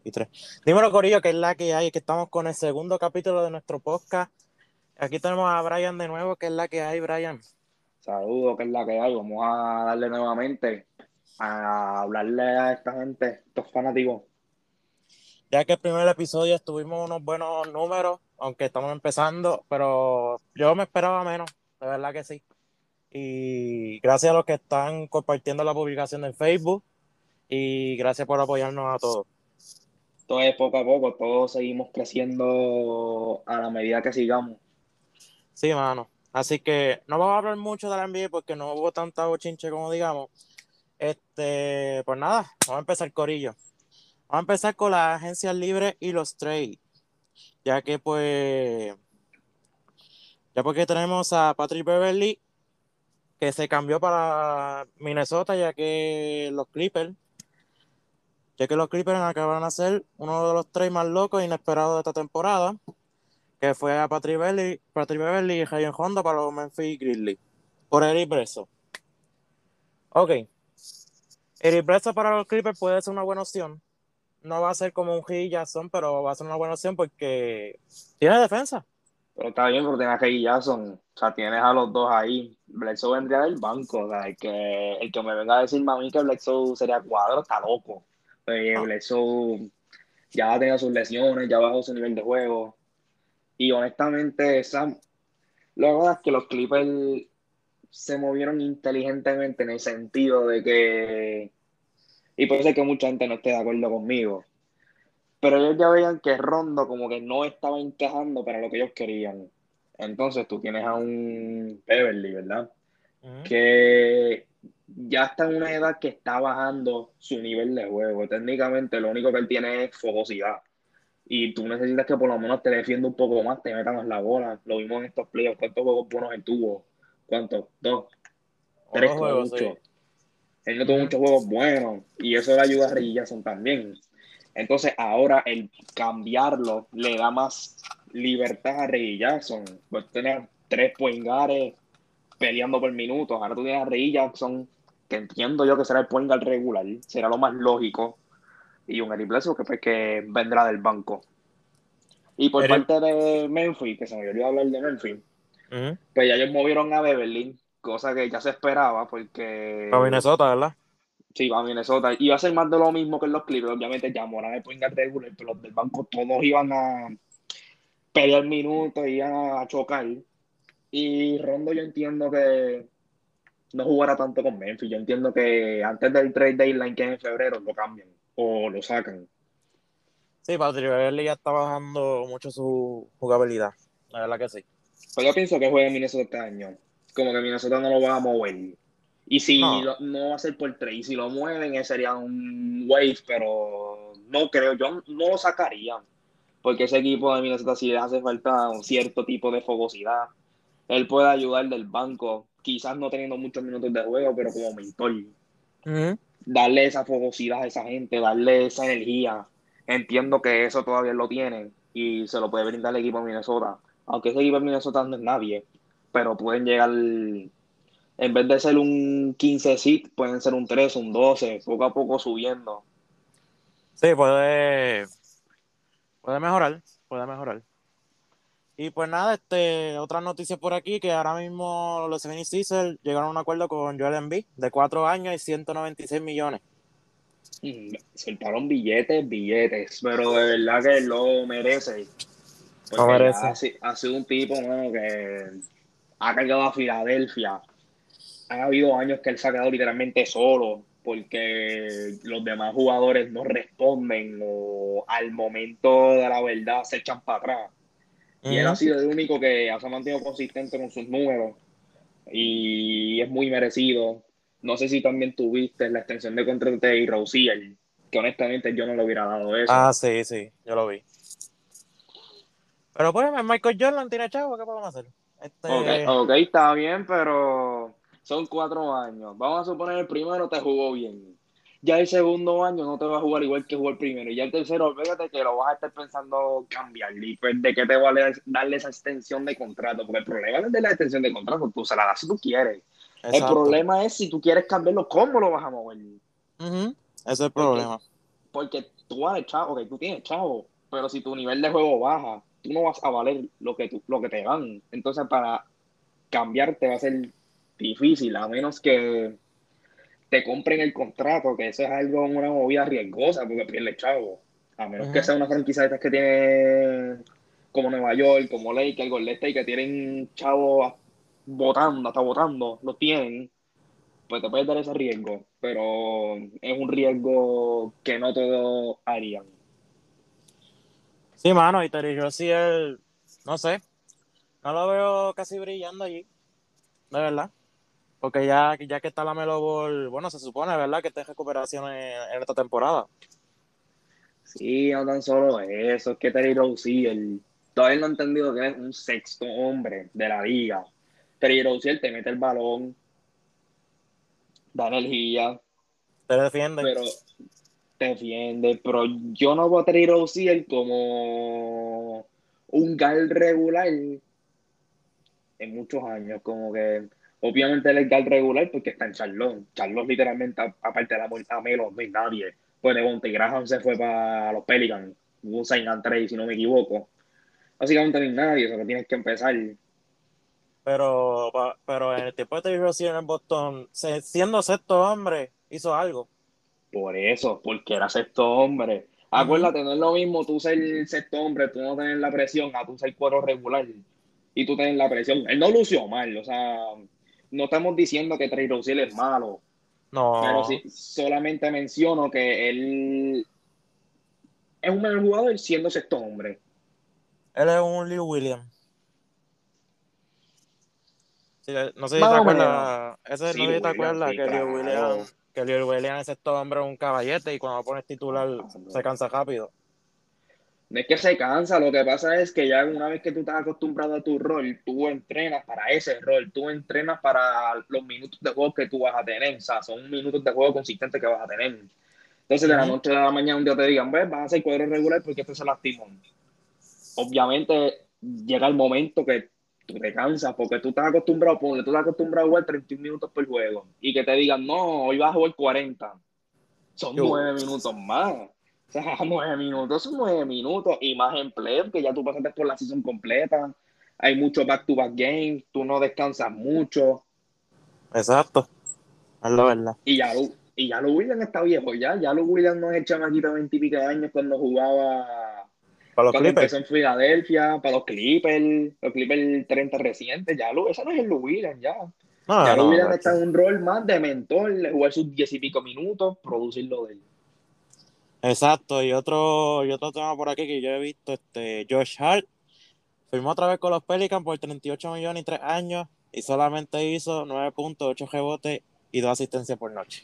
y 3. Dímelo, Corillo, que es la que hay, que estamos con el segundo capítulo de nuestro podcast. Aquí tenemos a Brian de nuevo, que es la que hay, Brian. Saludos, que es la que hay. Vamos a darle nuevamente a hablarle a esta gente, estos fanáticos. Ya que el primer episodio tuvimos unos buenos números, aunque estamos empezando, pero yo me esperaba menos, de verdad que sí. Y gracias a los que están compartiendo la publicación en Facebook y gracias por apoyarnos a todos. Todo es poco a poco, todos seguimos creciendo a la medida que sigamos. Sí, mano. Así que no vamos a hablar mucho de la NBA porque no hubo tanta bochinche como digamos. Pues nada, vamos a empezar, Corillo. Vamos a empezar con las agencias libres y los trades, ya que ya porque tenemos a Patrick Beverly que se cambió para Minnesota, ya que los Clippers acaban de hacer uno de los trades más locos e inesperados de esta temporada, que fue a Patrick Beverly y Rayon Honda para los Memphis Grizzlies, por Eric Bledsoe. Ok, Eric Bledsoe para los Clippers puede ser una buena opción. No va a ser como un Hill Jackson, pero va a ser una buena opción porque tiene defensa. Pero está bien, porque tienes a Reggie Jackson, o sea, tienes a los dos ahí. Bledsoe vendría del banco, o sea, el que me venga a decir mami que Bledsoe sería cuadro, está loco. No, Bledsoe ya ha tenido sus lesiones, ya bajó su nivel de juego. Y honestamente, luego es que los Clippers se movieron inteligentemente en el sentido de que, y puede ser que mucha gente no esté de acuerdo conmigo, pero ellos ya veían que Rondo como que no estaba encajando para lo que ellos querían. Entonces tú tienes a un Beverly, ¿verdad? ujú. Que ya está en una edad que está bajando su nivel de juego. Técnicamente lo único que él tiene es fogosidad. Y tú necesitas que por lo menos te defienda un poco más, te metan más la bola. Lo vimos en estos playoffs. ¿Cuántos juegos buenos él tuvo? ¿Cuántos? Dos, O tres dos como juegos, sí. mucho. Él no tuvo Ujú. muchos juegos buenos y eso le ayuda a Reggie Jackson también. Entonces ahora el cambiarlo le da más libertad a Reggie Jackson. Pues tener tres point guards peleando por minutos. Ahora tú tienes a Reggie Jackson, que entiendo yo que será el point guard regular, será lo más lógico. Y un Eric Bledsoe que vendrá del banco. Y por Eric, parte de Memphis, que se me olvidó hablar de Memphis, ujú. pues ya ellos movieron a Beverly, cosa que ya se esperaba, Para porque Minnesota, ¿verdad? sí, va a Minnesota. Iba a ser más de lo mismo que en los Clippers. Obviamente, ya Morán es point guard regular, pero los del banco todos iban a pelear minutos, iban a chocar. Y Rondo, yo entiendo que no jugará tanto con Memphis. Yo entiendo que antes del trade deadline, que es en febrero, lo cambian o lo sacan. Sí, Patrick Beverly ya está bajando mucho su jugabilidad. La verdad que sí. Pero yo pienso que juegue en Minnesota este año. Como que Minnesota no lo va a mover. Y si No, no va a ser por trade, si lo mueven, sería un wave, pero no creo, yo no lo sacaría. Porque ese equipo de Minnesota sí le hace falta un cierto tipo de fogosidad. Él puede ayudar del banco, quizás no teniendo muchos minutos de juego, pero como mentor, ujú. darle esa fogosidad a esa gente, darle esa energía. Entiendo que eso todavía lo tienen y se lo puede brindar el equipo de Minnesota. Aunque ese equipo de Minnesota no es nadie, pero pueden llegar, en vez de ser un 15 seed, pueden ser un 13, un 12, poco a poco subiendo. Sí, puede mejorar, puede mejorar. Y pues nada, otra noticia por aquí, que ahora mismo los 76ers llegaron a un acuerdo con Joel Embiid de 4 años y 196 millones. Soltaron billetes, billetes, pero de verdad que lo merece. No Porque ya merece. ha sido un tipo, mano, que ha cargado a Filadelfia. Han habido años que él se ha quedado literalmente solo porque los demás jugadores no responden o al momento de la verdad se echan para atrás. Y él ha Ujú. sido el único que se ha mantenido consistente con sus números y es muy merecido. No sé si también tuviste la extensión de contrato de Rozier, que honestamente yo no le hubiera dado eso. Ah, sí, sí, yo lo vi. Pero pues, Michael Jordan tiene chavo, ¿qué podemos hacer? Ok, ok, está bien, pero son 4 años. Vamos a suponer el primero te jugó bien. Ya el segundo año no te va a jugar igual que jugó el primero. Y ya el tercero, fíjate que lo vas a estar pensando cambiar. Y pues, ¿de qué te vale darle esa extensión de contrato? Porque el problema no es de la extensión de contrato, tú se la das si tú quieres. El Exacto. problema es si tú quieres cambiarlo, ¿cómo lo vas a mover? Ujú. Ese es el Porque, problema. porque tú vales chavo, ok, tú tienes chavo, pero si tu nivel de juego baja, tú no vas a valer lo que te dan. Entonces, para cambiarte va a ser difícil, a menos que te compren el contrato, que eso es algo, una movida riesgosa, porque pierdes chavo. A menos que Ujú. sea una franquicia de estas que tiene como Nueva York, como Lakers, Golden State, que tienen chavos votando, hasta votando, lo tienen, pues te puedes dar ese riesgo, pero es un riesgo que no todos harían. Sí, mano, y Terry Rozier, no sé, no lo veo casi brillando allí, de verdad. Porque ya que está la Melo Ball, bueno, se supone, ¿verdad? Que está en recuperación en esta temporada. Sí, no tan solo eso, es que Terry Rozier, todavía no he entendido que es un sexto hombre de la liga. Terry Rozier te mete el balón, da energía, Se defiende. pero te defiende. Pero yo no voy a Terry Rozier como un gal regular en muchos años. Como que, obviamente, él es gal regular porque está en Charlotte. Charlotte, literalmente, aparte de la Melo, no hay nadie. Pues Devontae Graham se fue para los Pelicans. Hubo un sign and trade, si no me equivoco. Básicamente no hay nadie, o sea que tienes que empezar. Pero en el tiempo de Terry Rozier en Boston, siendo sexto hombre, hizo algo. Por eso, porque era sexto hombre. Ujú. Acuérdate, no es lo mismo tú ser sexto hombre, tú no tener la presión, a tú ser cuadro regular y tú tener la presión. Él no lució mal, o sea, no estamos diciendo que Trey Rozier es malo, pero sí, No, solamente menciono que él es un mejor jugador siendo sexto hombre. él es un Lou Williams. Sí, no sé si Más te o menos. acuerdas, Sí, no sé si te William, acuerdas sí, claro. Que Lil Williams es este hombre un caballete y cuando lo pones titular se cansa rápido. No es que se cansa, lo que pasa es que ya una vez que tú estás acostumbrado a tu rol, tú entrenas para ese rol, tú entrenas para los minutos de juego que tú vas a tener, o sea, son minutos de juego consistentes que vas a tener. Entonces, de la Ujú. noche a la mañana un día te digan, ves, vas a hacer cuadro regular porque este se lastimó. Obviamente llega el momento que tú te cansas porque tú estás acostumbrado, ponle, tú estás acostumbrado a jugar 31 minutos por juego y que te digan, no, hoy vas a jugar 40. Son Yo, 9 minutos más. O sea, 9 minutos son 9 minutos y más en playoff, que ya tú pasaste por la season completa. Hay mucho back-to-back games, tú no descansas mucho. exacto, es la verdad. Y ya lo Williams está viejo, ya lo Williams no es el chamaquito de 20 y pico de años cuando jugaba, Para los cuando Clippers, empezó en Filadelfia, para los Clippers 30 recientes, ese no es el Lou Williams, ya. no, Ya lo no, Williams está gacho. en un rol más de mentor, de jugar sus 10 y pico minutos, producirlo de él. Exacto, y otro tema por aquí que yo he visto, Josh Hart firmó otra vez con los Pelicans por 38 millones y 3 años y solamente hizo 9.8 rebotes y 2 asistencias por noche.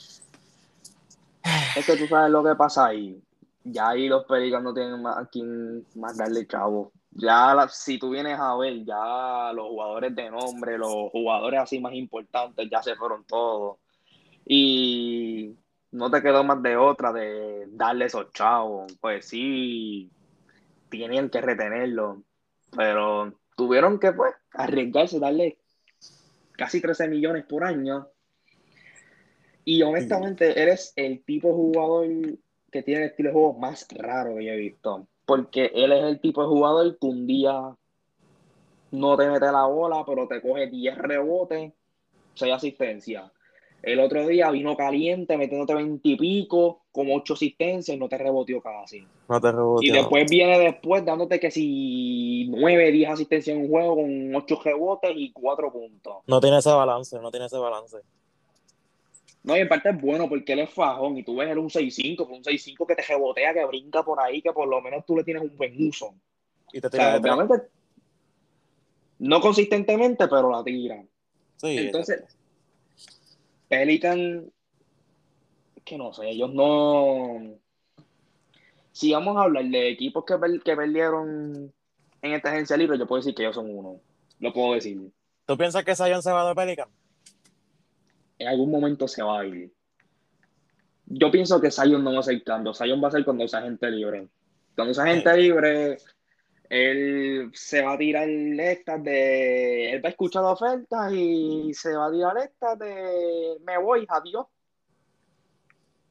Es que tú sabes lo que pasa ahí. Ya ahí los Pelicans no tienen más a quién más darle chavo. Si tú vienes a ver, ya los jugadores de nombre, los jugadores así más importantes, ya se fueron todos. Y no te quedó más de otra de darle esos chavos. Pues sí, tenían que retenerlo. Pero tuvieron que, pues, arriesgarse, darle casi 13 millones por año. Y Y honestamente, eres el tipo de jugador que tiene el estilo de juego más raro que yo he visto. Porque él es el tipo de jugador que un día no te mete la bola, pero te coge 10 rebotes, 6 asistencias. El otro día vino caliente, metiéndote 20 y pico, como 8 asistencias y no te reboteó casi. no te Y reboteó. después viene después dándote que si 9 10 asistencias en un juego con 8 rebotes y 4 puntos. No tiene ese balance, no tiene ese balance. No, y en parte es bueno porque él es fajón y tú ves él un 6'5", pero un 6'5" que te rebotea, que brinca por ahí, que por lo menos tú le tienes un buen uso. O Y te tira sea, de tres. obviamente no consistentemente, pero la tira. Sí, Entonces, exacto. Pelican, que no sé, ellos no. Si vamos a hablar de equipos que perdieron en esta agencia libre, yo puedo decir que ellos son uno. Lo puedo decir. ¿Tú piensas que Zion se va de Pelican? En algún momento se va a ir. Yo pienso que Zion no va a ser cambio. Zion va a ser cuando sea gente libre. Cuando sea Sí. gente libre, él se va a tirar estas de. Él va a escuchar ofertas y se va a tirar estas de. Me voy, adiós.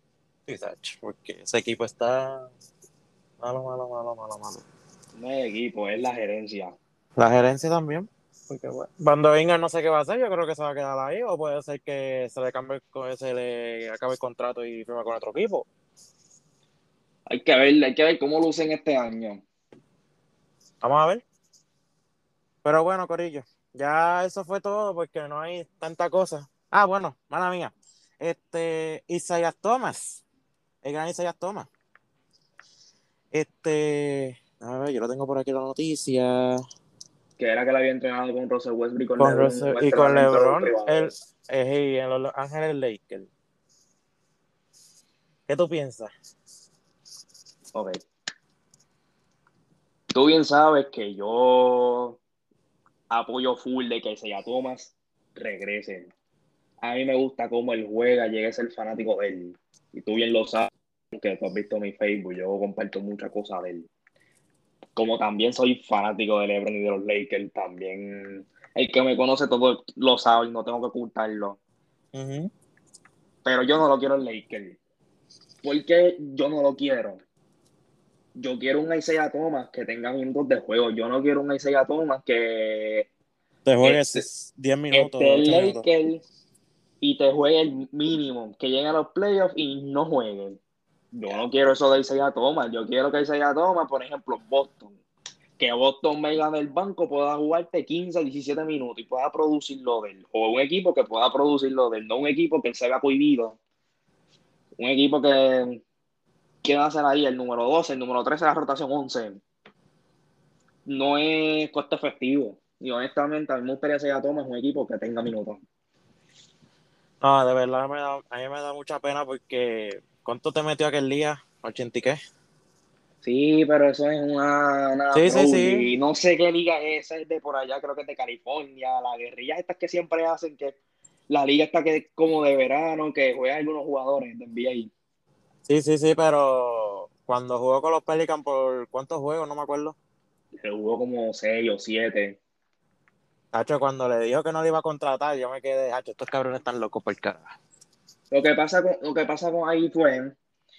Sí, Sach, porque ese equipo está malo, malo, malo, malo, malo. No es el equipo, es la gerencia. La gerencia también. Porque bueno, cuando venga no sé qué va a hacer, yo creo que se va a quedar ahí, o puede ser que se le cambie, se le acabe el contrato y firme con otro equipo. Hay que ver cómo lucen este año. Vamos a ver. Pero bueno, Corillo, ya eso fue todo porque no hay tanta cosa. Ah, bueno, mala mía. Isaiah Thomas, el gran Isaiah Thomas. A ver, yo lo tengo por aquí la noticia. Que era que le había entrenado con Russell Westbrook y con Con LeBron en Russell un y con entrenamiento LeBron, privado. y en Los Ángeles Lakers. ¿Qué tú piensas? Ok. Tú bien sabes que yo apoyo full de que Isaiah Thomas regrese. A mí me gusta cómo él juega, llegue a ser fanático de él. Y tú bien lo sabes, que tú has visto mi Facebook, yo comparto muchas cosas de él. Como también soy fanático de LeBron y de los Lakers, también el que me conoce todo lo sabe y no tengo que ocultarlo. Ujú. Pero yo no lo quiero en Lakers. ¿Por qué yo no lo quiero? Yo quiero un Isaiah Thomas que tenga minutos de juego. Yo no quiero un Isaiah Thomas que Te esté, juegues 10 minutos, esté en 8 minutos. Lakers y te juegue el mínimo, que lleguen a los playoffs y no jueguen. Yo no quiero eso de Isaiah Thomas. Yo quiero que Isaiah Thomas, por ejemplo, Boston, que Boston venga del banco, pueda jugarte 15 17 minutos y pueda producirlo de él. O un equipo que pueda producirlo de él, no un equipo que se vea cohibido. Un equipo que va a ser ahí el número 12, el número 13 de la rotación 11. No es coste efectivo. Y honestamente, a mí me gustaría que Isaiah Thomas un equipo que tenga minutos. No, de verdad a mí me da mucha pena porque ¿cuánto te metió aquel día? ¿80 y qué? Sí, pero eso es una Sí, sí, Pro sí. League. No sé qué liga es esa, es de por allá, creo que es de California. La guerrilla estas que siempre hacen que la liga está que es como de verano, que juegan algunos jugadores de NBA. Sí, sí, sí, pero cuando jugó con los Pelicans por cuántos juegos, no me acuerdo. Se jugó como 6 o 7. Hacho, cuando le dijo que no le iba a contratar, yo me quedé, hacho, estos cabrones están locos por cara. Lo que pasa con ahí fue,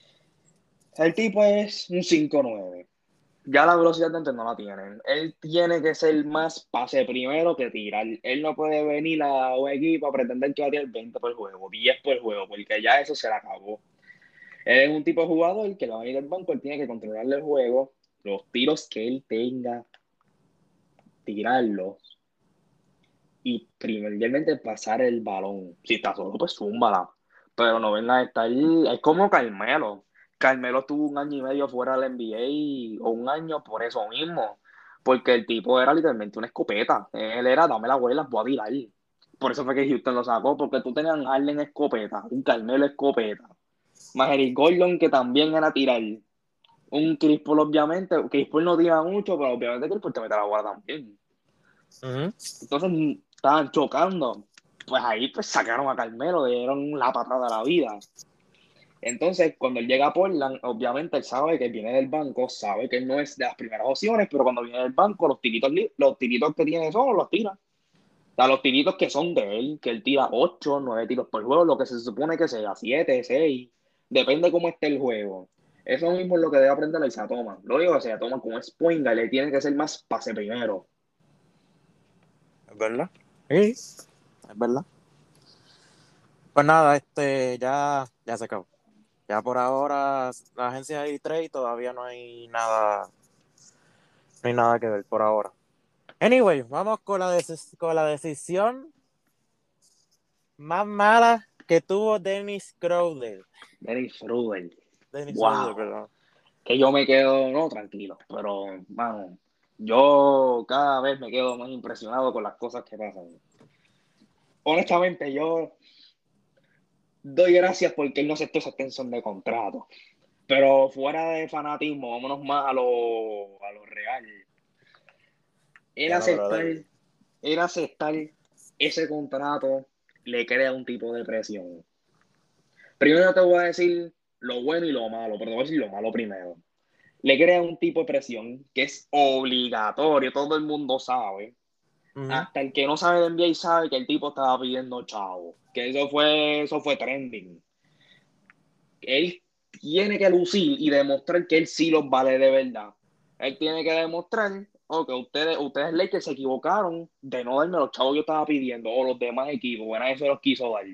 el tipo es un 5'9". Ya la velocidad de antes no la tienen. Él tiene que ser más pase primero que tirar. Él no puede venir a un equipo a pretender que va a tirar 20 por juego, 10 por juego, porque ya eso se le acabó. Él es un tipo de jugador que le va a venir del banco, él tiene que controlarle el juego, los tiros que él tenga, tirarlos y primordialmente pasar el balón. Si está solo, pues zúmbala. Pero no venga a estar. Es como Carmelo. Carmelo estuvo un año y medio fuera del NBA o un año por eso mismo. Porque el tipo era literalmente una escopeta. Él era, dame la bola y las voy a tirar. Por eso fue que Houston lo sacó, porque tú tenías a Harden escopeta, un Carmelo escopeta, más Eric Gordon que también era tirar. Un Chris Paul, obviamente. Chris Paul no tira mucho, pero obviamente Chris Paul te mete la bola también. Ujú. Entonces estaban chocando. Pues ahí pues sacaron a Carmelo, le dieron la patada de la vida. Entonces, cuando él llega a Portland, obviamente él sabe que viene del banco, sabe que él no es de las primeras opciones, pero cuando viene del banco, los tiritos que tiene solo los tira. O sea, los tiritos que son de él, que él tira 8 9 tiros por juego, lo que se supone que sea 7 6 depende cómo esté el juego. Eso mismo es lo que debe aprender la Isaiah Thomas. Lo digo que Isaiah Thomas como es point guard, le tiene que ser más pase primero. ¿Es verdad? Sí, es verdad. Pues nada, ya se acabó. Ya por ahora, la agencia de trade todavía no hay nada que ver por ahora. Anyway, vamos con con la decisión más mala que tuvo Dennis Schroeder. Dennis Schroeder. Dennis Schroeder, Wow. perdón. Que yo me quedo, no, tranquilo, pero, mano, yo cada vez me quedo más impresionado con las cosas que pasan. Honestamente, yo doy gracias porque él no aceptó esa extensión de contrato. Pero fuera de fanatismo, vámonos más a lo real. Él Ya no, aceptar, brother. él aceptar ese contrato le crea un tipo de presión. Primero te voy a decir lo bueno y lo malo, pero te voy a decir lo malo primero. Le crea un tipo de presión que es obligatorio, todo el mundo sabe. Ujú. Hasta el que no sabe de NBA sabe que el tipo estaba pidiendo chavo, que eso fue trending. Él tiene que lucir y demostrar que él sí los vale de verdad. Él tiene que demostrar, que ustedes Lakers se equivocaron de no darme los chavos que yo estaba pidiendo, o los demás equipos, bueno, eso los quiso dar.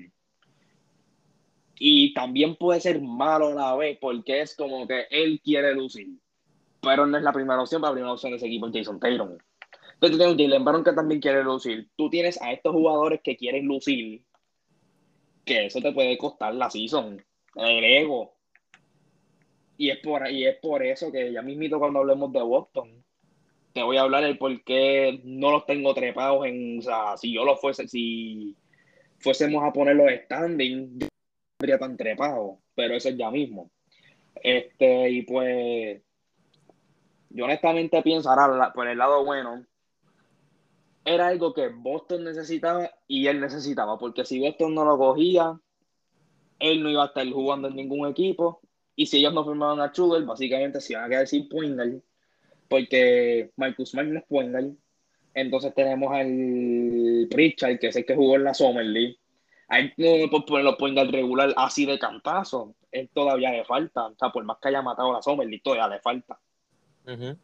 Y también puede ser malo a la vez, porque es como que él quiere lucir, pero no es la primera opción. La primera opción de ese equipo es Jason Tatum. Entonces tú tienes un Jaylen Brown que también quiere lucir. Tú tienes a estos jugadores que quieren lucir, que eso te puede costar la season, el ego. Y es por eso que ya mismito cuando hablemos de Boston, te voy a hablar el por qué no los tengo trepados o sea, si fuésemos a poner los standings, yo no estaría tan trepado, pero eso es ya mismo. Y pues, yo honestamente pienso, ahora por el lado bueno, era algo que Boston necesitaba y él necesitaba, porque si Boston no lo cogía, él no iba a estar jugando en ningún equipo, y si ellos no firmaban a Schroeder, básicamente se iban a quedar sin point guard, porque Marcus Smart no es point guard. Entonces tenemos al Pritchard, que es el que jugó en la Summer League. Ahí no por ponerlo point guard regular así de cantazo, él todavía le falta, o sea, por más que haya matado a la Summer League, todavía le falta. Ujú.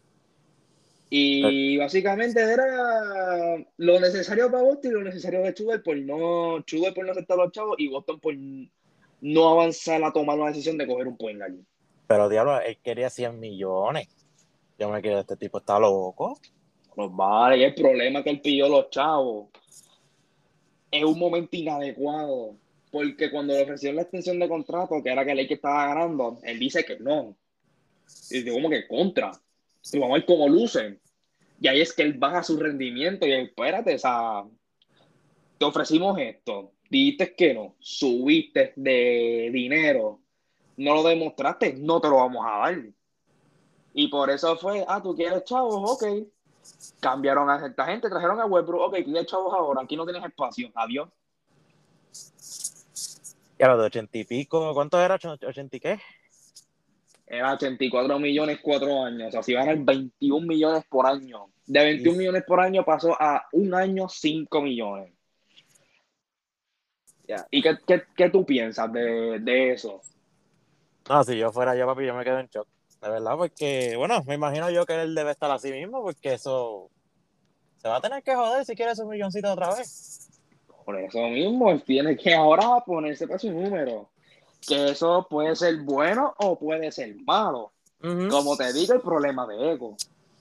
Y básicamente era lo necesario para Boston y lo necesario de Schroeder por no aceptar a los chavos y Boston por no avanzar a tomar la decisión de coger un point guard. Pero diablo, él quería 100 millones. Yo me quedé, este tipo está loco. Pues vale, y el problema que él pidió a los chavos es un momento inadecuado, porque cuando le ofrecieron la extensión de contrato, que era que el que estaba ganando, él dice que no. Y dice, como que contra. Y vamos a ver cómo lucen. Y ahí es que él baja su rendimiento y espérate, o sea, te ofrecimos esto, dijiste que no, subiste de dinero, no lo demostraste, no te lo vamos a dar. Y por eso fue, tú quieres chavos, ok. Cambiaron a esta gente, trajeron a Westbrook, ok, quieres chavos ahora, aquí no tienes espacio, adiós. Y a los de 80 y pico, ¿cuánto era? ¿80 y qué? Era 84 millones 4 años, o sea, si van a 21 millones por año. De Y, 21 millones por año pasó a un año 5 millones. ya. ¿Y qué tú piensas de eso? No, si yo fuera yo, papi, yo me quedo en shock. De verdad, porque, bueno, me imagino yo que él debe estar así mismo, porque eso se va a tener que joder si quiere su milloncito otra vez. Por eso mismo, él tiene que ahora ponerse para su número. Que eso puede ser bueno o puede ser malo. Ujú. Como te digo, el problema de ego.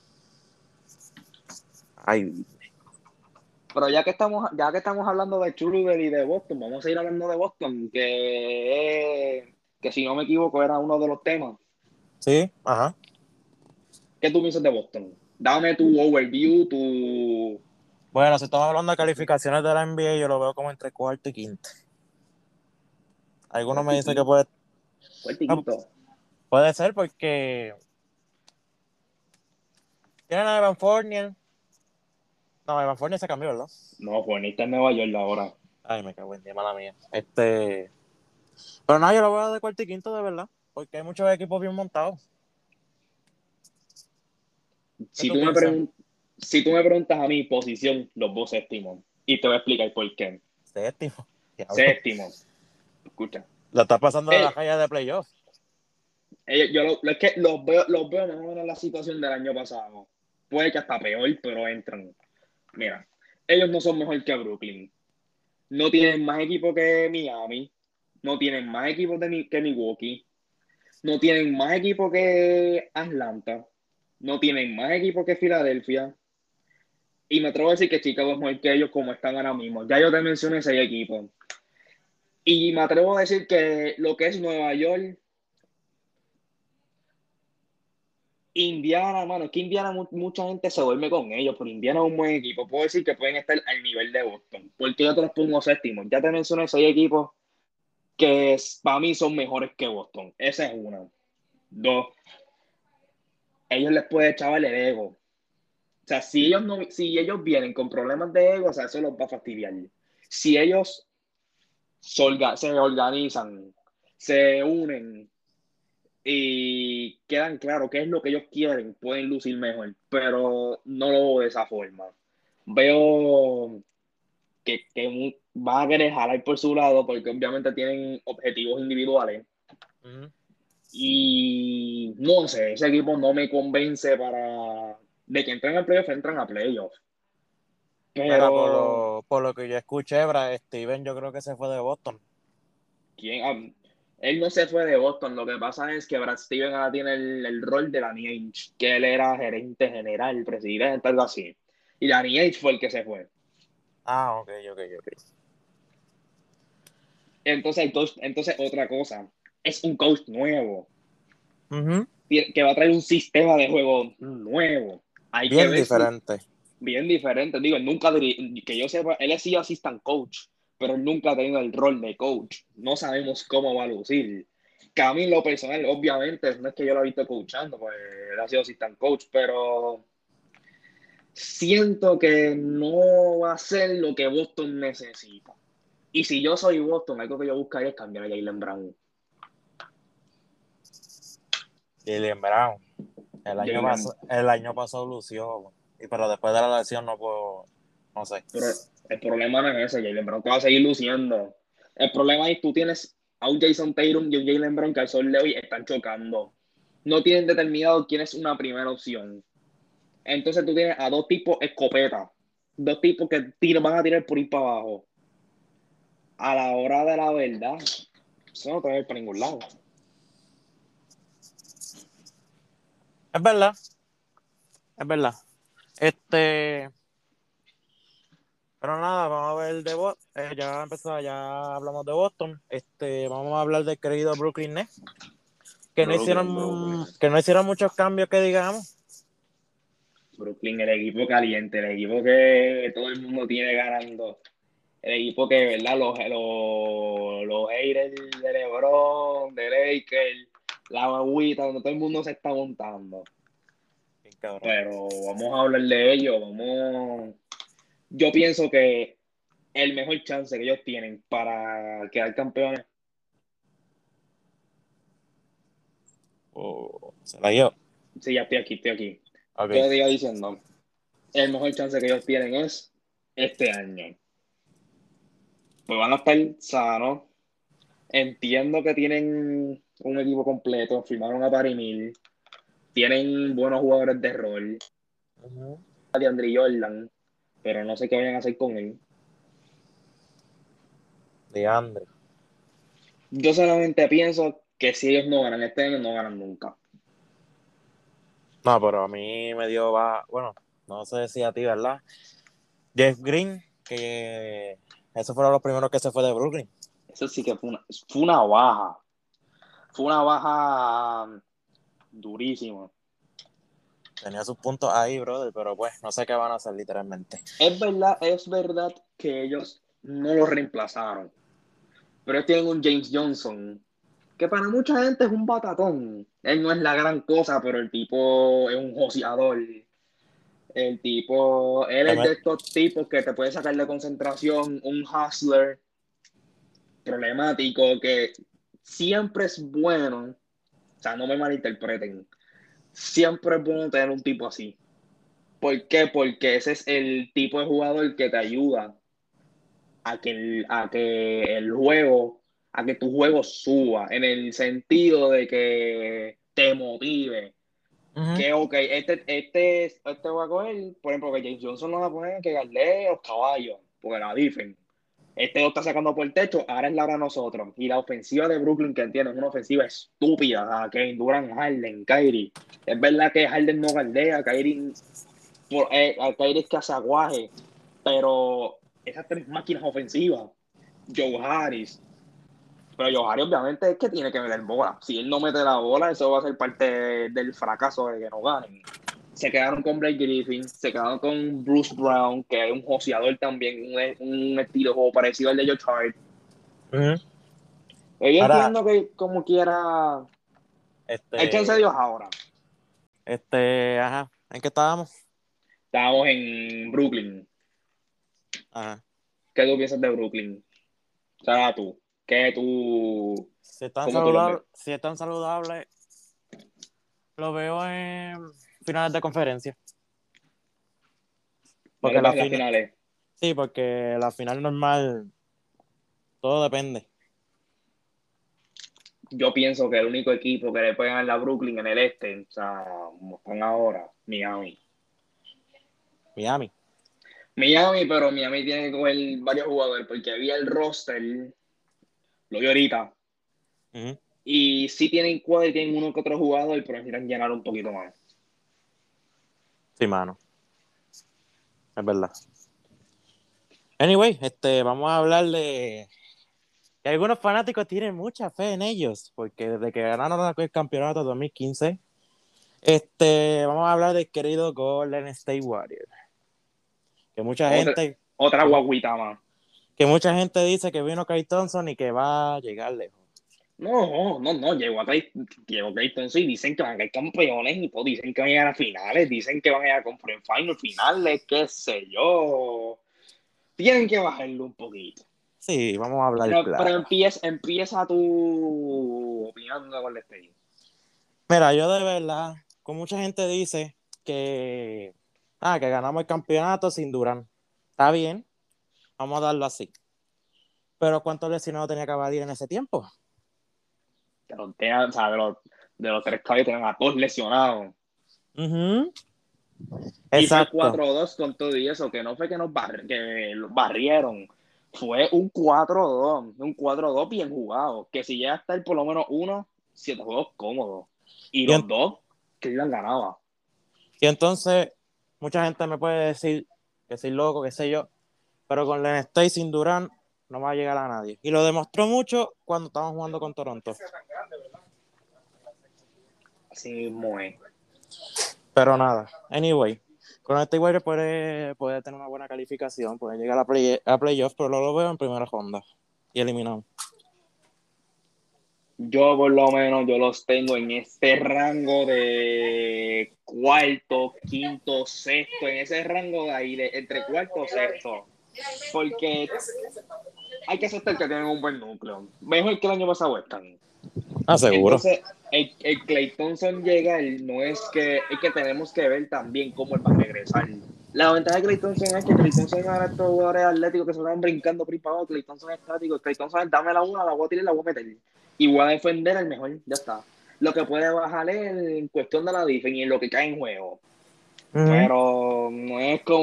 Ay, Pero ya que estamos hablando de Schroeder y de Boston, vamos a ir hablando de Boston, que si no me equivoco era uno de los temas. sí, ajá. ¿Qué tú piensas de Boston? Dame tu overview, tu Bueno, si estamos hablando de calificaciones de la NBA, yo lo veo como entre cuarto y quinto. Algunos me dicen que cuartiquito, puede, no, cuartiquito. puede ser porque tienen a Evan Fournier. No, Evan Fournier se cambió, ¿verdad? No, pues está en Nueva York ahora. Ay, me cago en Dios, mala mía. Pero no, yo lo veo de cuarto y quinto, de verdad. Porque hay muchos equipos bien montados. ¿Qué Si tú tú me piensas? pregun- si tú me preguntas a mi posición, los dos séptimos. Y te voy a explicar por qué. Séptimo. Diablo. Séptimo, escucha. Lo está pasando de la Eh, calle de playoff. es que los veo más o menos en la situación del año pasado. Puede que hasta peor, pero entran. Mira, ellos no son mejor que Brooklyn. No tienen más equipo que Miami. No tienen más equipos que Milwaukee. No tienen más equipo que Atlanta. No tienen más equipo que Filadelfia. Y me atrevo a decir que Chicago es mejor que ellos como están ahora mismo. Ya yo te mencioné 6 equipos. Y me atrevo a decir que lo que es Nueva York, Indiana, mano, es que Indiana mucha gente se duerme con ellos, pero Indiana es un buen equipo. Puedo decir que pueden estar al nivel de Boston. Porque yo te los pongo séptimos. Ya te mencioné 6 equipos que para mí son mejores que Boston. Esa es una. Dos, ellos les puede echar el ego. O sea, si ellos vienen con problemas de ego, o sea, eso los va a fastidiar. Si ellos se organizan, se unen y quedan claro qué es lo que ellos quieren, pueden lucir mejor, pero no lo veo de esa forma. Veo que van a querer jalar por su lado porque obviamente tienen objetivos individuales, Ujú. Y no sé, ese equipo no me convence para de que entren a playoff, entran a playoff. Mira, Pero, por lo que yo escuché, Brad Steven, yo creo que se fue de Boston. ¿quién? Él no se fue de Boston. Lo que pasa es que Brad Steven ahora tiene el rol de Danny Ainge, que él era gerente general, presidente, algo así. Y Danny Ainge fue el que se fue. Ah, ok, ok, ok. Entonces, otra cosa, es un coach nuevo, Ujú. que va a traer un sistema de juego nuevo. Hay que Bien ver si diferente. bien diferente. Digo, él nunca, que yo sepa, él ha sido assistant coach, pero él nunca ha tenido el rol de coach. No sabemos cómo va a lucir. Que a mí, en lo personal, obviamente, no es que yo lo he visto coachando, pues él ha sido assistant coach, pero siento que no va a ser lo que Boston necesita. Y si yo soy Boston, algo que yo buscaría es cambiar a Jaylen Brown. Jaylen Brown. Jaylen, El año pasado lució, pero después de la lesión no puedo, no sé. pero el problema no es ese, Jaylen Brown te va a seguir luciendo. El problema es que tú tienes a un Jason Tatum y un Jaylen Brown que al sol de hoy están chocando. No tienen determinado quién es una primera opción. Entonces tú tienes a dos tipos escopeta, dos tipos que van a tirar por ir para abajo. A la hora de la verdad, eso no te va a ir para ningún lado. Es verdad, es verdad. Este, pero nada, vamos a ver de Boston. Ya empezó, ya hablamos de Boston. Vamos a hablar del querido Brooklyn Nets, Brooklyn. que no hicieron muchos cambios que digamos. Brooklyn, el equipo caliente, el equipo que todo el mundo tiene ganando. El equipo que, ¿verdad? Los haters de LeBron, de Lakers, la agüita, donde todo el mundo se está montando. Bien cabrón. Pero vamos a hablar de ello. Yo pienso que el mejor chance que ellos tienen para quedar campeones, Se la dio. sí, ya estoy aquí. Ok. Todo el día diciendo, el mejor chance que ellos tienen es este año. Pues van a estar sanos. Entiendo que tienen un equipo completo, firmaron a Parimil, tienen buenos jugadores de rol, Ujú. de Andre Jordan, pero no sé qué vayan a hacer con él. De Andre. Yo solamente pienso que si ellos no ganan este año, no ganan nunca. No, pero a mí me dio, bueno, no sé si a ti, ¿verdad? Jeff Green, que esos fueron los primeros que se fue de Brooklyn. Eso sí que fue una baja. Fue una baja durísima. Tenía sus puntos ahí, brother, pero pues no sé qué van a hacer literalmente. Es verdad que ellos no lo reemplazaron, pero ellos tienen un James Johnson, que para mucha gente es un batatón. Él no es la gran cosa, pero el tipo es un joseador. El tipo, él Que es me- de estos tipos que te puede sacar de concentración, un hustler problemático que siempre es bueno, o sea, no me malinterpreten, siempre es bueno tener un tipo así. ¿Por qué? Porque ese es el tipo de jugador que te ayuda a que tu juego suba, en el sentido de que te motive. Ujú. Que, ok, este va a coger, por ejemplo, que James Johnson no va a poner que galdee los caballos, porque la difen. Este lo está sacando por el techo, ahora es la hora de nosotros. Y la ofensiva de Brooklyn, que entiendo, es una ofensiva estúpida. Kevin Durant, Harden, Kyrie. Es verdad que Harden no galdea, a Kyrie es que hace aguaje, pero esas tres máquinas ofensivas, Joe Harris. Pero Joe Harris obviamente es que tiene que meter bola. Si él no mete la bola, eso va a ser parte del fracaso de que no ganen. Se quedaron con Blake Griffin, se quedaron con Bruce Brown, que es un joseador también, un estilo de juego parecido al de Joe Hart. Ujú. Yo Ahora, entiendo que como quiera, échense este, Dios ahora. ajá, ¿en qué estábamos? Estamos en Brooklyn. Ajá. ¿Qué tú piensas de Brooklyn? O sea, tú, ¿qué tú, cómo tú lo ves? Si es tan saludable, lo veo en finales de conferencia. ¿No Porque lo ves en las finales? sí, porque la final normal, todo depende. yo pienso que el único equipo que le puede ganar a Brooklyn en el este, o sea, como están ahora, Miami. Miami. Miami, pero Miami tiene que coger varios jugadores, porque había el roster, lo vi ahorita, Ujú. y sí tienen cuadro y tienen uno que otro jugador, pero necesitan llenar un poquito más. Sí, mano. Es verdad. Anyway, vamos a hablar de que algunos fanáticos tienen mucha fe en ellos, porque desde que ganaron el campeonato 2015, vamos a hablar del querido Golden State Warriors, que mucha Otra, gente, otra que, mu- guaguita más. que mucha gente dice que vino Klay Thompson y que va a llegar lejos. No, llegó Clayton, sí, dicen que van a ser campeones y todo, dicen que van a llegar a finales, dicen que van a llegar a Conference Final, finales, qué sé yo. Tienen que bajarlo un poquito. Sí, vamos a hablar Pero claro. empieza tu opinando con el State. Mira, yo de verdad, con mucha gente dice que, que ganamos el campeonato sin Durán. Está bien, vamos a darlo así. Pero ¿cuántos lesionados tenía que evadir en ese tiempo? O sea, de los tres caballos tienen a todos lesionados. Ujú. Y fue Exacto. 4-2 con todo y eso, que no fue que que los barrieron. Fue un 4-2 bien jugado. Que si llega a estar por lo menos 7 juegos cómodos. Y Y, los en- dos, Cleveland ganaba. y entonces, mucha gente me puede decir que soy loco, que sé yo, pero con Len Stay sin Durán no va a llegar a nadie. Y lo demostró mucho cuando estaban jugando con Toronto. Así mismo es. Pero nada, anyway, con este Warriors puede tener una buena calificación, puede llegar a playoffs, pero lo veo en primera ronda y eliminado. Yo por lo menos yo los tengo en este rango de cuarto, quinto, sexto, en ese rango de ahí, entre cuarto y sexto. Porque hay que aceptar que tienen un buen núcleo. Mejor que el año pasado están. Ah, seguro. Entonces, el Klay Thompson llegar no es que tenemos que ver también cómo él va a regresar. La ventaja de Klay Thompson es que Klay Thompson ahora estos jugadores atléticos que se van brincando por ahí para abajo. Klay Thompson es estático. Klay Thompson es dame la una, la voy a tirar y la voy a meter. Y voy a defender al mejor, ya está. Lo que puede bajar es en cuestión de la defensa y en lo que cae en juego. Ujú. Pero no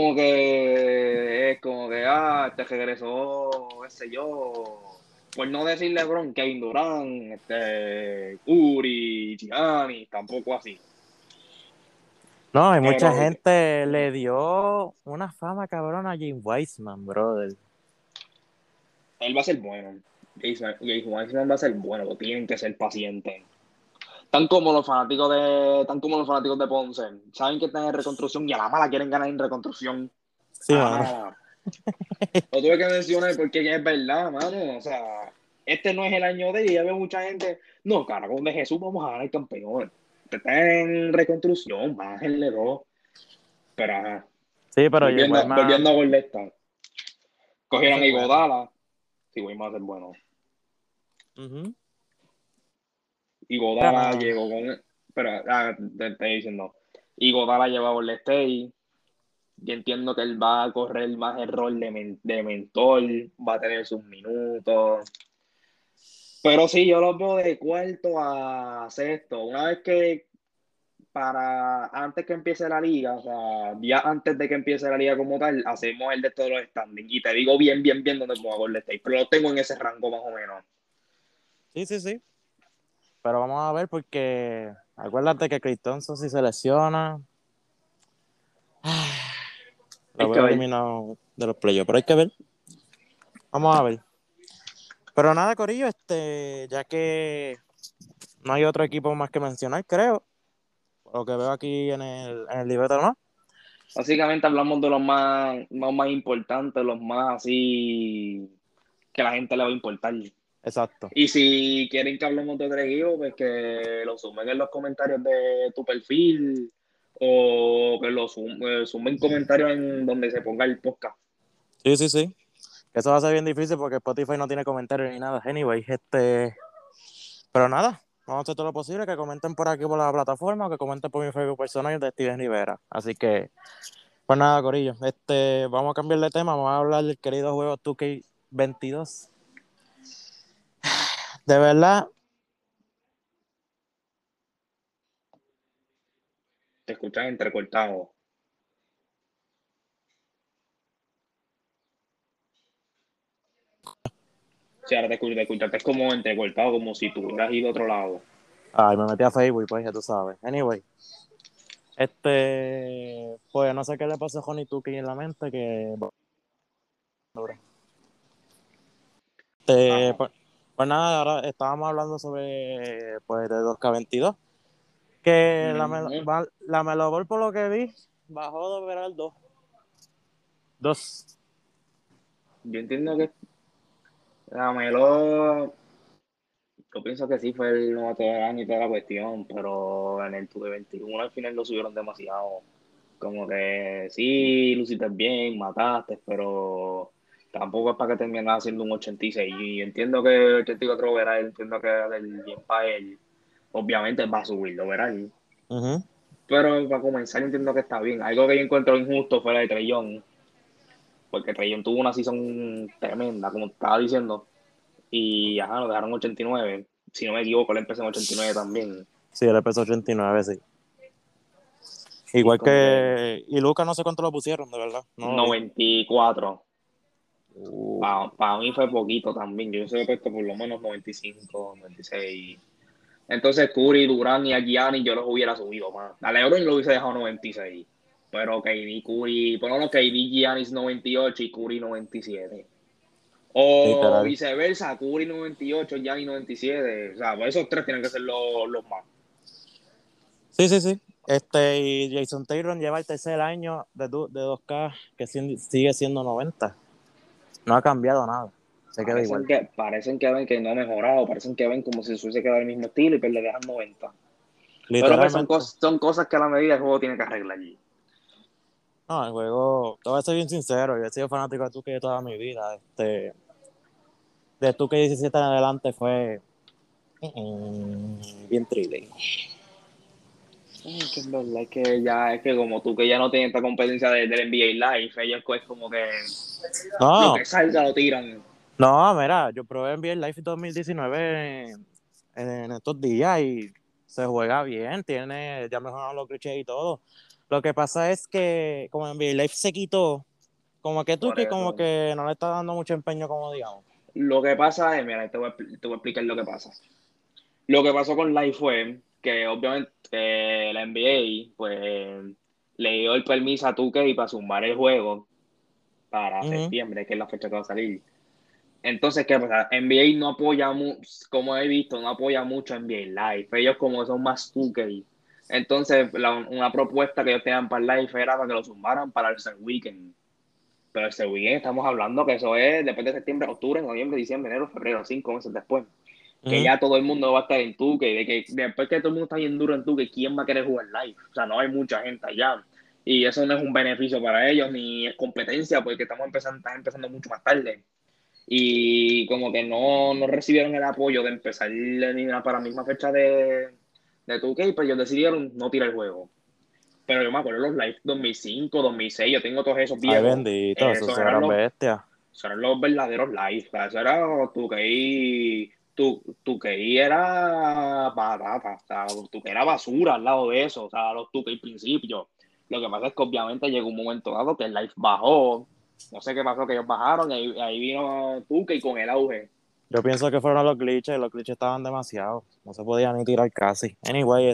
es como que, te regresó, qué sé yo, por no decir LeBron, Kevin Durant, Curry, Giannis, tampoco así. No, y mucha Pero gente le dio una fama cabrona a Jim Weissman, brother. él va a ser bueno. Jason Wiseman va a ser bueno, pero tienen que ser pacientes. Tan como los fanáticos de Ponce. Saben que están en reconstrucción y a la mala quieren ganar en reconstrucción. Sí, A la mano. mala. Lo tuve que mencionar porque es verdad, mano. O sea, este no es el año de ella. Ve mucha gente. No, cara, con de Jesús vamos a ganar campeón. Está en reconstrucción, bájenle dos. Pero ajá. Sí, pero Jim Volviendo a Weissman Golden State. va a Cogieron ser a bueno. Iguodala. Sí, güey, va a ser bueno. Ujú. Pero Iguodala nada. llegó con. Pero, te estoy diciendo. Iguodala lleva a Golden State. Yo entiendo que él va a correr más el rol de mentor. Va a tener sus minutos. Pero sí, yo los veo de cuarto a sexto. Una vez que antes que empiece la liga, o sea, ya antes de que empiece la liga como tal, hacemos el de todos los standings. Y te digo bien dónde pongo a Golden State, pero lo tengo en ese rango más o menos. Sí, sí, sí. Pero vamos a ver porque acuérdate que Klay Thompson si se lesiona, lo Hay que veo ver. eliminado de los playoffs. Pero hay que ver. Vamos a ver. Pero nada, Corillo, ya que no hay otro equipo más que mencionar, creo. Por lo que veo aquí en el libreto, ¿no? Básicamente hablamos de los más importantes, los más así que la gente le va a importar. Exacto. Y si quieren que hablemos de otro equipo, pues que lo sumen en los comentarios de tu perfil o que sumen comentarios en donde se ponga el podcast. Sí, sí, sí. Que eso va a ser bien difícil porque Spotify no tiene comentarios ni nada. Anyway, pero nada, vamos a hacer todo lo posible que comenten por aquí por la plataforma o que comenten por mi Facebook personal de Steven Rivera. Así que, pues nada, Corillo, vamos a cambiar de tema, vamos a hablar del querido juego 2K22. De verdad, Te escuchas entrecortado. Sí, ahora te escuchaste es como entrecortado, como si tú hubieras ido a otro lado. Ay, me metí a Facebook, pues ya tú sabes. Anyway, pues no sé qué le pasó a Honey Tuki en la mente, que Ajá. pues nada, ahora estábamos hablando sobre pues de 2K22, que Ujú. la Melo Ball, por lo que vi, bajó de ver al 2. 2. Yo entiendo que la Melo, yo pienso que sí fue el novato del año y toda la cuestión, pero en el 21 al final lo subieron demasiado. Como que sí, luciste bien, mataste, pero tampoco es para que terminas haciendo un 86. Y entiendo que el 84 verá, entiendo que el bien para él, obviamente va a subirlo, verá. Ujú. Pero para comenzar entiendo que está bien. Algo que yo encuentro injusto fue la de Trey Young, porque Trey Young tuvo una season tremenda, como te estaba diciendo, y ajá, lo dejaron 89. Si no me equivoco, le empecé en 89 también. Sí, él empezó 89, sí. Y es Igual como que que. Y Lucas no sé cuánto lo pusieron, de verdad. No lo vi. 94. Uh, Para mí fue poquito también. Yo se he puesto por lo menos 95, 96. Entonces, Curry, Durán y a Giannis yo los hubiera subido más. A LeBron lo hubiese dejado 96. Pero KD, Curry, por lo menos KD, Giannis 98 y Curry 97. O literal. viceversa, Curry 98, Giannis 97. O sea, pues esos tres tienen que ser los más. Sí, sí, sí. Y Jason Taylor lleva el tercer año de 2K que sigue siendo 90. No ha cambiado nada. Se queda igual. Parecen que ven que no ha mejorado, parecen que ven como si se hubiese quedado el mismo estilo y pues le dejan 90. Pero pues Literalmente. son cosas que a la medida el juego tiene que arreglar allí. No, el juego, te voy a ser bien sincero, yo he sido fanático de 2K toda mi vida. De 2K17 en adelante fue bien thriller. Es que es verdad, es que ya, es que como tú que ya no tienes esta competencia del NBA Live, ellos es como que lo No, que salga lo tiran. no, mira, yo probé NBA Live 2019 en estos días y se juega bien, ya mejoraron los glitches y todo. Lo que pasa es que como NBA Live se quitó, como que Por 2K como eso. que no le está dando mucho empeño, como digamos. Lo que pasa es, mira, te voy a explicar lo que pasa. Lo que pasó con Live fue que obviamente la NBA pues le dio el permiso a 2K para sumar el juego para Ujú. septiembre, que es la fecha que va a salir. Entonces, ¿qué pasa? NBA no apoya mucho, como he visto, no apoya mucho a NBA Live. Ellos como son más 2K. Entonces, una propuesta que ellos tenían para el Live era para que lo sumaran para el Weekend. Pero el Weekend estamos hablando que eso es después de septiembre, octubre, noviembre, diciembre, enero, febrero, 5 meses después. Que Ujú. ya todo el mundo va a estar en 2K, de que después que todo el mundo está bien duro en 2K, ¿quién va a querer jugar live? O sea, no hay mucha gente allá. Y eso no es un beneficio para ellos, ni es competencia, porque están empezando mucho más tarde. Y como que no recibieron el apoyo de empezar para la misma fecha de 2K, pues ellos decidieron no tirar el juego. Pero yo me acuerdo de los live 2005, 2006, yo tengo todos esos Ay, viejos. bendito, esos Esos eran bestias. eran los verdaderos live. O sea, eso era 2K, tu k era batata, o sea, 2K era basura al lado de eso, o sea, los 2K principio. Lo que pasa es que obviamente llegó un momento dado que el live bajó, no sé qué pasó, que ellos bajaron, y ahí vino 2K con el auge. Yo pienso que fueron los glitches estaban demasiados, no se podía ni tirar casi. Anyway,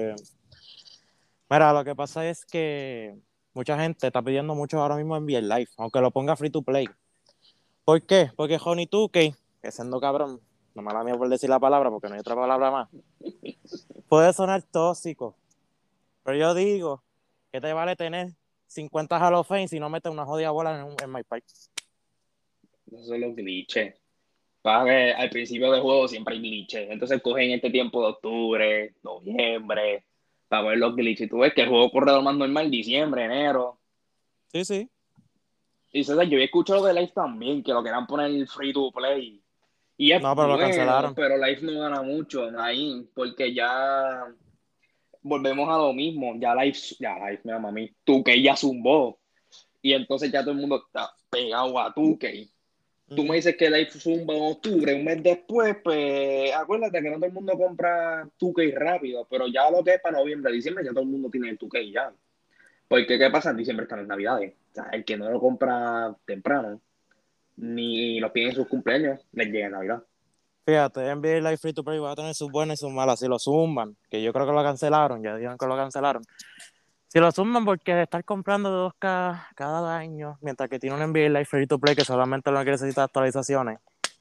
mira, lo que pasa es que mucha gente está pidiendo mucho ahora mismo en VL Live, aunque lo ponga free to play. ¿Por qué? Porque Honey 2K, que siendo cabrón, no mala mía por decir la palabra, porque no hay otra palabra más, puede sonar tóxico, pero yo digo que te vale tener 50 Hall of Fame si no metes una jodida bola en My Park. Esos son los glitches. Pasa que al principio del juego siempre hay glitches. Entonces cogen este tiempo de octubre, noviembre, para ver los glitches. Tú ves que el juego corre lo más normal, diciembre, enero. Sí, sí. Y César, yo había escuchado de Live también, que lo querían poner free to play. Y es No, pero lo bueno, cancelaron. pero Live no gana mucho ahí, porque ya volvemos a lo mismo. Ya Live me llama a mí. 2K ya zumbó. Y entonces ya todo el mundo está pegado a 2K. Tú me dices que Live zumba en octubre, un mes después, pues acuérdate que no todo el mundo compra 2K rápido, pero ya lo que es para noviembre, diciembre, ya todo el mundo tiene el 2K ya. Porque ¿qué pasa? En diciembre están las navidades. O sea, el que no lo compra temprano, ni lo pide en sus cumpleaños, les llega Navidad. Fíjate, NBA Live Free to Play va a tener sus buenas y sus malas. Si lo zumban, que yo creo que lo cancelaron, ya dijeron que lo cancelaron. Si lo zumban porque de estar comprando 2K cada año, mientras que tiene un NBA Live Free to Play que solamente lo que necesita actualizaciones,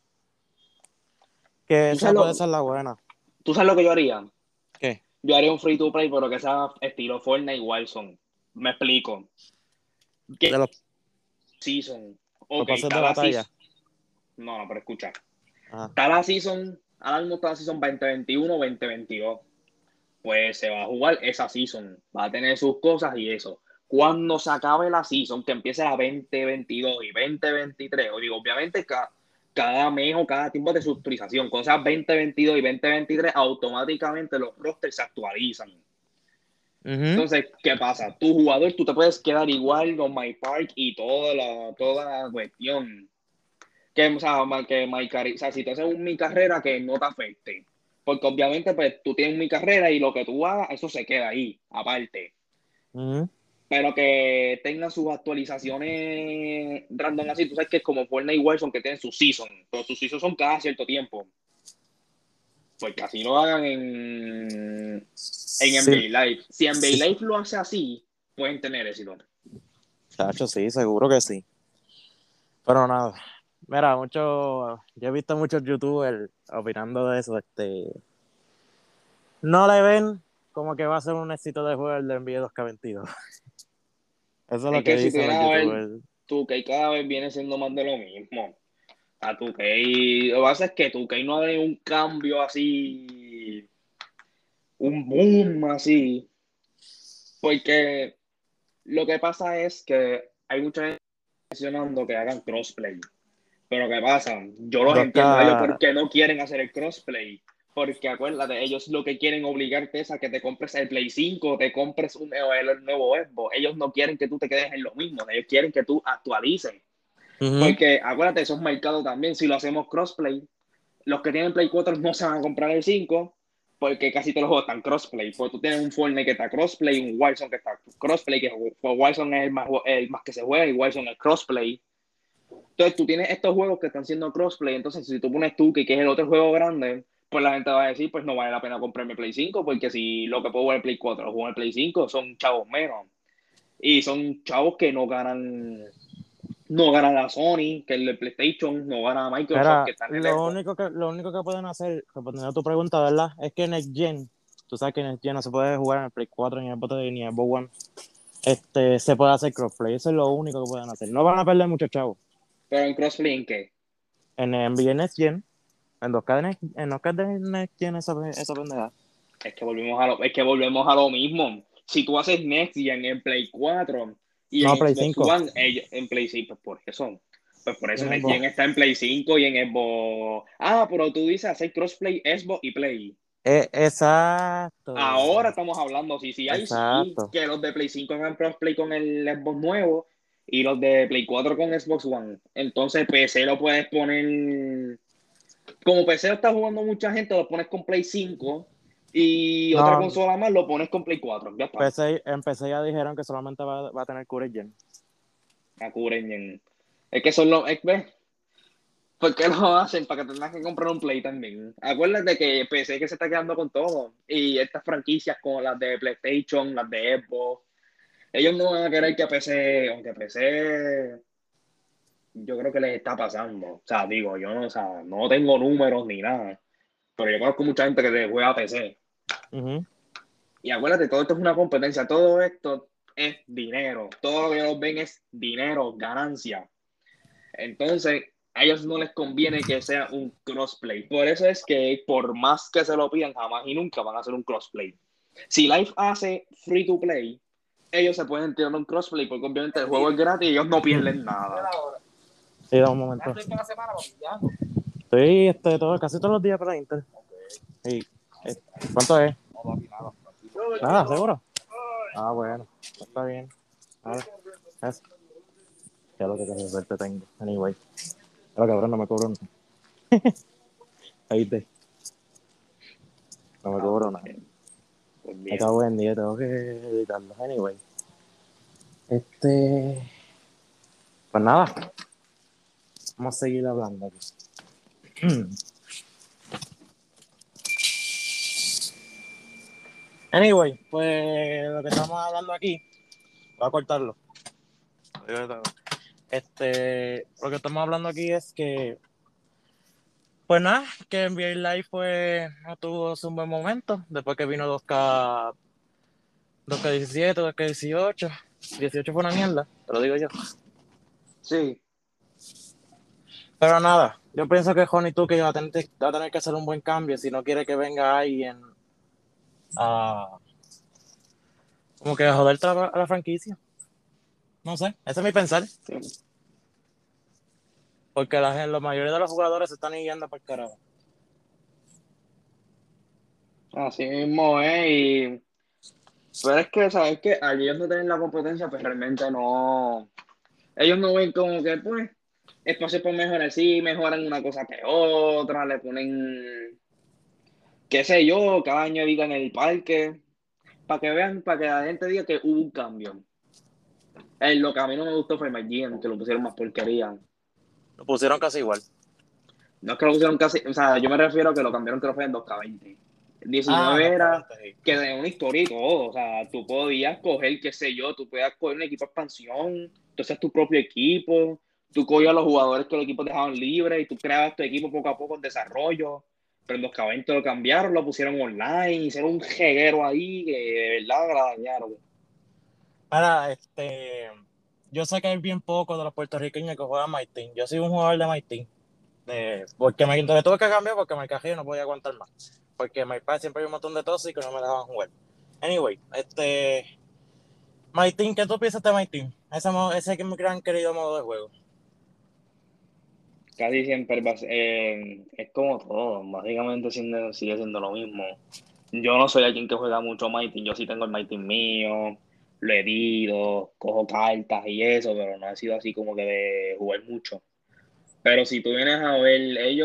que ¿Tú esa sabes puede lo, ser la buena. ¿Tú sabes lo que yo haría? ¿Qué? Yo haría un free to play, pero que sea estilo Fortnite y Warzone. Me explico. De ¿Qué los, season? los Ok, pases de está la batalla. season. No, no, pero escucha. Ajá. Está la season, ahora mismo está la season 2021-2022. Pues se va a jugar esa season. Va a tener sus cosas y eso. Cuando se acabe la season, que empiece la 2022 y 2023, o digo, obviamente cada mes o cada tiempo de su actualización, cosas 2022 y 2023, automáticamente los rosters se actualizan. Ujú. Entonces, ¿qué pasa? Tu jugador, tú te puedes quedar igual con My Park y toda la cuestión. O sea, o sea, si tú haces un mi carrera que no te afecte. Porque obviamente, pues tú tienes mi carrera y lo que tú hagas, eso se queda ahí, aparte. Ujú. Pero que tenga sus actualizaciones random así, tú sabes que es como Fortnite y Warzone que tienen sus seasons, pero sus seasons son cada cierto tiempo. Pues que así lo hagan en Sí, NBA Live. Si NBA sí, Live lo hace así, pueden tener éxito. chacho, sí, seguro que sí. Pero nada, mira, yo he visto muchos youtubers opinando de eso, no le ven como que va a ser un éxito de juego el de NBA 2K22. Eso es lo Es que que si tú dicen los vienes a ver, youtubers. 2K cada vez viene siendo más de lo mismo. A 2K, lo que pasa es que 2K no ha tenido un cambio así, un boom así, porque lo que pasa es que hay mucha gente mencionando que hagan crossplay. Pero ¿qué pasa? Yo los entiendo a ellos 2K, porque no quieren hacer el crossplay. Porque acuérdate, ellos lo que quieren obligarte es a que te compres el Play 5 o te compres el nuevo Xbox. Ellos no quieren que tú te quedes en lo mismo, ellos quieren que tú actualices. ujú, Porque acuérdate, eso es marcado también. Si lo hacemos crossplay, los que tienen Play 4 no se van a comprar el 5 porque casi todos los juegos están crossplay. Pues tú tienes un Fortnite que está crossplay, un Warzone que está crossplay, que pues Warzone es el más que se juega y Warzone es crossplay. Entonces tú tienes estos juegos que están siendo crossplay, entonces si tú pones tú que es el otro juego grande, pues la gente va a decir, pues no vale la pena comprarme Play 5 porque si lo que puedo jugar en Play 4 lo juego en Play 5 son chavos menos. Y son chavos que no ganan a Sony, que el de PlayStation, no gana a Microsoft, que mira, está en el lo Xbox. único que, lo único que pueden hacer, respondiendo a tu pregunta, ¿verdad? Es que Next Gen, tú sabes que Next Gen no se puede jugar en el Play 4 ni en el Xbox ni en el Xbox One, se puede hacer crossplay, eso es lo único que pueden hacer. No van a perder mucho chavos. Pero en crossplay, ¿en qué? En NBA Next Gen, en 2K en 2K de Next Gen, esa pendeja. Es que volvemos a lo mismo. Si tú haces Next Gen en Play 4 y No, en Play Xbox 5. One, en Play 5, pues por eso. Pues por Y eso en Next Xbox. Gen está en Play 5 y en Xbox. Ah, pero tú dices hacer crossplay Xbox y Play. Exacto. Ahora estamos hablando, sí, ahí sí, Exacto. que los de Play 5 hagan crossplay con el Xbox nuevo y los de Play 4 con Xbox One. Entonces PC lo puedes poner. Como PC lo está jugando mucha gente, lo pones con Play 5 y otra No, consola más lo pones con Play 4. Ya está. en PC ya dijeron que solamente va a tener Current Gen. La cubren Es que son los. ¿Ves? ¿Por qué lo hacen? Para que tengas que comprar un Play también. Acuérdate que PC que se está quedando con todo. Y estas franquicias como las de PlayStation, las de Xbox, ellos no van a querer que PC, aunque PC, yo creo que les está pasando. O sea, digo, yo no, o sea, no tengo números ni nada. Pero yo conozco mucha gente que juega a PC. Ujú. Y acuérdate, todo esto es una competencia, todo esto es dinero, todo lo que ellos ven es dinero, ganancia. Entonces, a ellos no les conviene que sea un crossplay. Por eso es que por más que se lo pidan, jamás y nunca van a hacer un crossplay. Si Live hace free to play, ellos se pueden tirar un crossplay porque obviamente el juego es gratis y ellos no pierden nada. Sí, da un momento. Estoy casi todos los días para Inter. Sí. Eh, ¿Cuánto es? Nada, seguro. Ah, bueno, está bien. Nada, eso. Ya lo que suerte tengo. Anyway. Pero cabrón, no me cobró nada. Ahí te, no me cobró Pues nada. bien, pues Me bien. cago en día, tengo que editarlo. Anyway. Pues nada, vamos a seguir hablando aquí. Anyway, pues lo que estamos hablando aquí, voy a cortarlo. Lo que estamos hablando aquí es que, pues nada, que NBA Live no tuvo un buen momento, después que vino 2K17, 2K18, 18 fue una mierda, te lo digo yo. Sí, Pero nada, yo pienso que Honey tú que va a tener que hacer un buen cambio si no quiere que venga alguien a como que a joder a la franquicia. No sé, ese es mi pensar, sí. porque la mayoría de los jugadores se están yendo por el carajo. Así mismo es. Pero es que, ¿sabes qué? Al ellos no tienen la competencia, pues realmente no. Ellos no ven como que, pues, espacio por mejorar. Sí, mejoran una cosa que otra, le ponen, qué sé yo, cada año digan el parque, para que vean, para que la gente diga que hubo un cambio. Lo que a mí no me gustó fue McGinn, que lo pusieron más porquería. Lo pusieron casi igual. No es que lo pusieron casi, o sea, yo me refiero a que lo cambiaron, creo que fue en 2K20. Ah, 19 los era K20, sí. que de una historia y todo, o sea, tú podías coger, qué sé yo, tú podías coger un equipo de expansión, tú hacías tu propio equipo, tú cogías a los jugadores que los equipos dejaban libres y tú creabas tu equipo poco a poco en desarrollo, pero en 2K20 lo cambiaron, lo pusieron online, hicieron un jeguero ahí que de verdad me la dañaron. Ahora, yo sé que hay bien pocos de los puertorriqueños que juegan My Team. Yo soy un jugador de My Team. Porque me tuve que cambiar porque me cajé y no podía aguantar más. Porque My Paz siempre hay un montón de tóxicos y no me dejaban jugar. Anyway, My Team, ¿qué tú piensas de My Team? Ese que es mi gran querido modo de juego. Casi siempre es como todo, básicamente sigue siendo lo mismo. Yo no soy alguien que juega mucho Mighty, yo sí tengo el Mighty mío, lo edito, cojo cartas y eso, pero no ha sido así como que de jugar mucho. Pero si tú vienes a ver,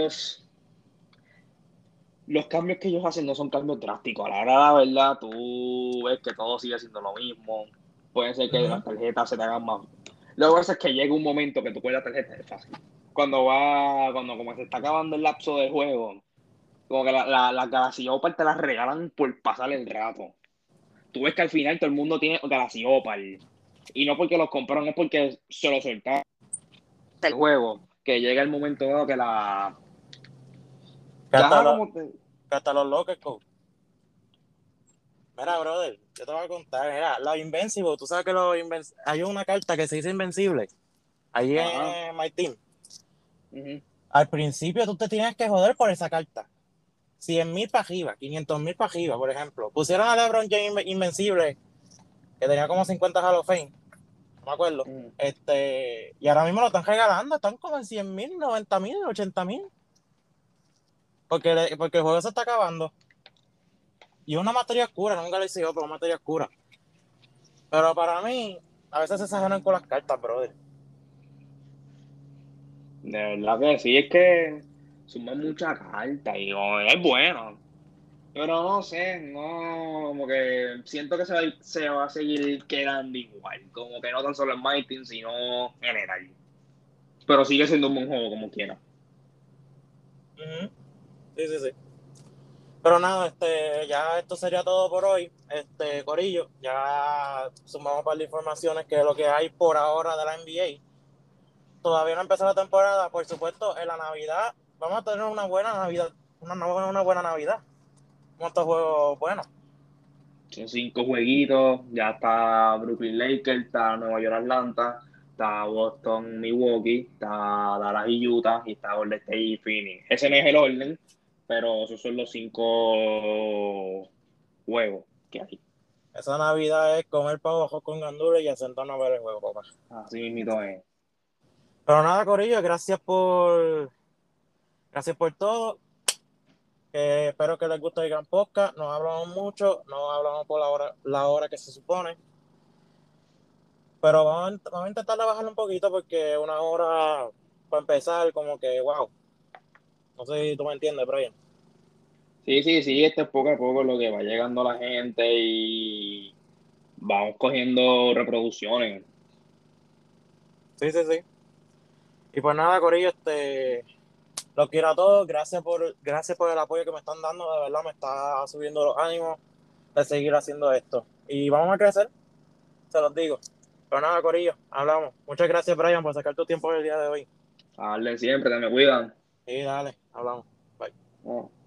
los cambios que ellos hacen no son cambios drásticos. A la hora de la verdad, tú ves que todo sigue siendo lo mismo. Puede ser que Ujú. las tarjetas se te hagan más. Lo que pasa es que llega un momento que tú con la tarjeta es fácil. Cuando como se está acabando el lapso de juego, como que las Galaxy Opal te las regalan por pasar el rato. Tú ves que al final todo el mundo tiene Galaxy Opal. Y no porque los compraron, es porque se lo soltaron el juego. Que llega el momento dado Que que hasta ajá, los, como te. que hasta los Locker Code. Mira, brother, yo te voy a contar. Mira, los Invincible, tú sabes que hay una carta que se dice Invencible. Ahí Ajá. en My Team. Ujú, Al principio tú te tienes que joder por esa carta. 100.000 para arriba, 500.000 para arriba, por ejemplo. Pusieron a LeBron James Invencible, que tenía como 50 Hall of Fame, no me acuerdo. ujú. Y ahora mismo lo están regalando, están como en 100.000, 90.000, 80.000, porque el juego se está acabando. Y una materia oscura, nunca le hice yo, pero una materia oscura. Pero para mí, a veces se exageran con las cartas, brother. De verdad que sí, es que suman mucha carta y es bueno. Pero no sé, no, como que siento que se va a seguir quedando igual. Como que no tan solo en Mighty, sino en general. Pero sigue siendo un buen juego como quiera. Ujú. Sí, sí, sí. Pero nada, ya esto sería todo por hoy. Corillo, ya sumamos un par de informaciones que es lo que hay por ahora de la NBA. Todavía no empezó la temporada, por supuesto, en la Navidad vamos a tener una buena Navidad, una buena Navidad. ¿Cuántos juegos buenos? Son 5 jueguitos, ya está Brooklyn Lakers, está Nueva York Atlanta, está Boston Milwaukee, está Dallas y Utah y está Golden State y Phoenix. Ese no es el orden, pero esos son los 5 juegos que hay. Esa Navidad es comer pavo ojo con gandules y sentarnos a ver el juego, papá. Así mismo es. Pero nada, Corillo, gracias por todo. Espero que les guste el gran podcast. No hablamos mucho, no hablamos por la hora que se supone. Pero vamos a intentar de bajarlo un poquito porque una hora para empezar, como que, wow. No sé si tú me entiendes, Brian. Sí, esto es poco a poco lo que va llegando la gente y vamos cogiendo reproducciones. Sí, sí, sí. Y pues nada, Corillo, los quiero a todos. Gracias por el apoyo que me están dando. De verdad, me está subiendo los ánimos de seguir haciendo esto. Y vamos a crecer, se los digo. Pero nada, Corillo, hablamos. Muchas gracias, Brian, por sacar tu tiempo el día de hoy. A darle siempre, que me cuidan. Sí, dale, hablamos. Bye. Oh.